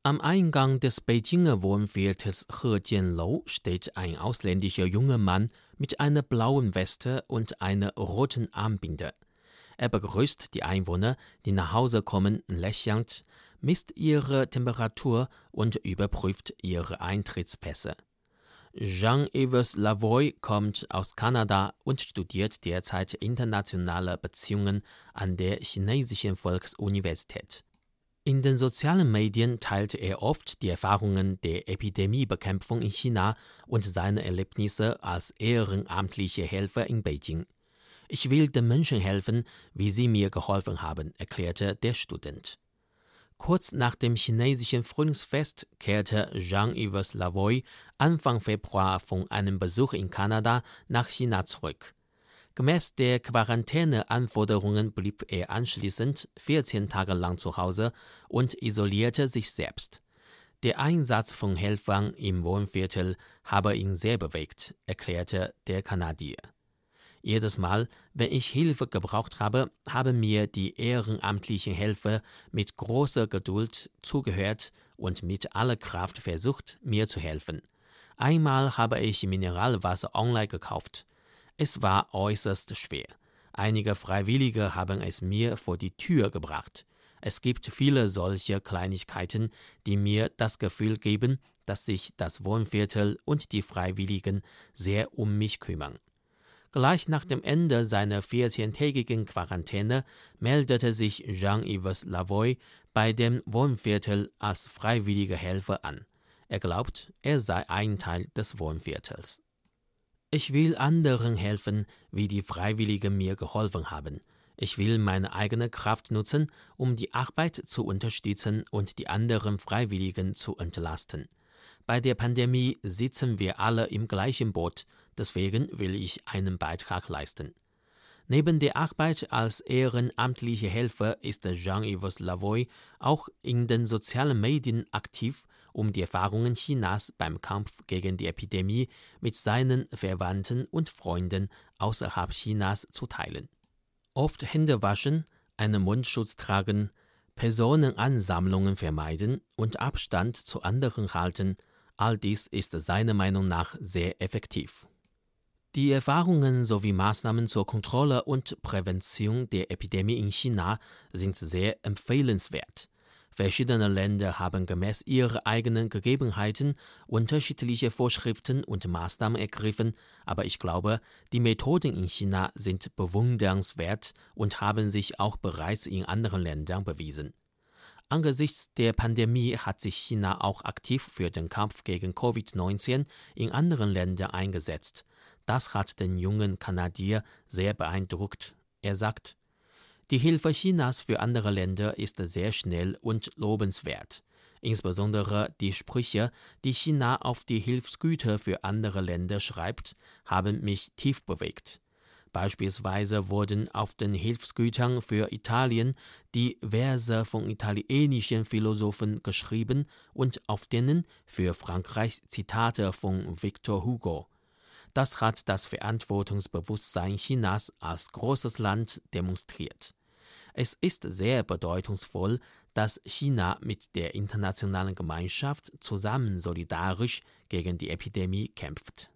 Am Eingang des Beijinger Wohnviertels Hejianlou steht ein ausländischer junger Mann mit einer blauen Weste und einer roten Armbinde. Er begrüßt die Einwohner, die nach Hause kommen, lächelnd, misst ihre Temperatur und überprüft ihre Eintrittspässe. Jean-Yves Lavoie kommt aus Kanada und studiert derzeit internationale Beziehungen an der Chinesischen Volksuniversität. In den sozialen Medien teilt er oft die Erfahrungen der Epidemiebekämpfung in China und seine Erlebnisse als ehrenamtlicher Helfer in Beijing. Ich will den Menschen helfen, wie sie mir geholfen haben, erklärte der Student. Kurz nach dem chinesischen Frühlingsfest kehrte Jean-Yves Lavoie Anfang Februar von einem Besuch in Kanada nach China zurück. Gemäß der Quarantäneanforderungen blieb er anschließend 14 Tage lang zu Hause und isolierte sich selbst. Der Einsatz von Helfern im Wohnviertel habe ihn sehr bewegt, erklärte der Kanadier. Jedes Mal, wenn ich Hilfe gebraucht habe, haben mir die ehrenamtlichen Helfer mit großer Geduld zugehört und mit aller Kraft versucht, mir zu helfen. Einmal habe ich Mineralwasser online gekauft. Es war äußerst schwer. Einige Freiwillige haben es mir vor die Tür gebracht. Es gibt viele solche Kleinigkeiten, die mir das Gefühl geben, dass sich das Wohnviertel und die Freiwilligen sehr um mich kümmern. Gleich nach dem Ende seiner 14-tägigen Quarantäne meldete sich Jean-Yves Lavoie bei dem Wohnviertel als freiwilliger Helfer an. Er glaubt, er sei ein Teil des Wohnviertels. Ich will anderen helfen, wie die Freiwilligen mir geholfen haben. Ich will meine eigene Kraft nutzen, um die Arbeit zu unterstützen und die anderen Freiwilligen zu entlasten. Bei der Pandemie sitzen wir alle im gleichen Boot, deswegen will ich einen Beitrag leisten. Neben der Arbeit als ehrenamtlicher Helfer ist Jean-Yves Lavoie auch in den sozialen Medien aktiv, um die Erfahrungen Chinas beim Kampf gegen die Epidemie mit seinen Verwandten und Freunden außerhalb Chinas zu teilen. Oft Hände waschen, einen Mundschutz tragen, Personenansammlungen vermeiden und Abstand zu anderen halten, all dies ist seiner Meinung nach sehr effektiv. Die Erfahrungen sowie Maßnahmen zur Kontrolle und Prävention der Epidemie in China sind sehr empfehlenswert. Verschiedene Länder haben gemäß ihrer eigenen Gegebenheiten unterschiedliche Vorschriften und Maßnahmen ergriffen, aber ich glaube, die Methoden in China sind bewundernswert und haben sich auch bereits in anderen Ländern bewiesen. Angesichts der Pandemie hat sich China auch aktiv für den Kampf gegen Covid-19 in anderen Ländern eingesetzt. Das hat den jungen Kanadier sehr beeindruckt. Er sagt, die Hilfe Chinas für andere Länder ist sehr schnell und lobenswert. Insbesondere die Sprüche, die China auf die Hilfsgüter für andere Länder schreibt, haben mich tief bewegt. Beispielsweise wurden auf den Hilfsgütern für Italien die Verse von italienischen Philosophen geschrieben und auf denen für Frankreich Zitate von Victor Hugo. Das hat das Verantwortungsbewusstsein Chinas als großes Land demonstriert. Es ist sehr bedeutungsvoll, dass China mit der internationalen Gemeinschaft zusammen solidarisch gegen die Epidemie kämpft.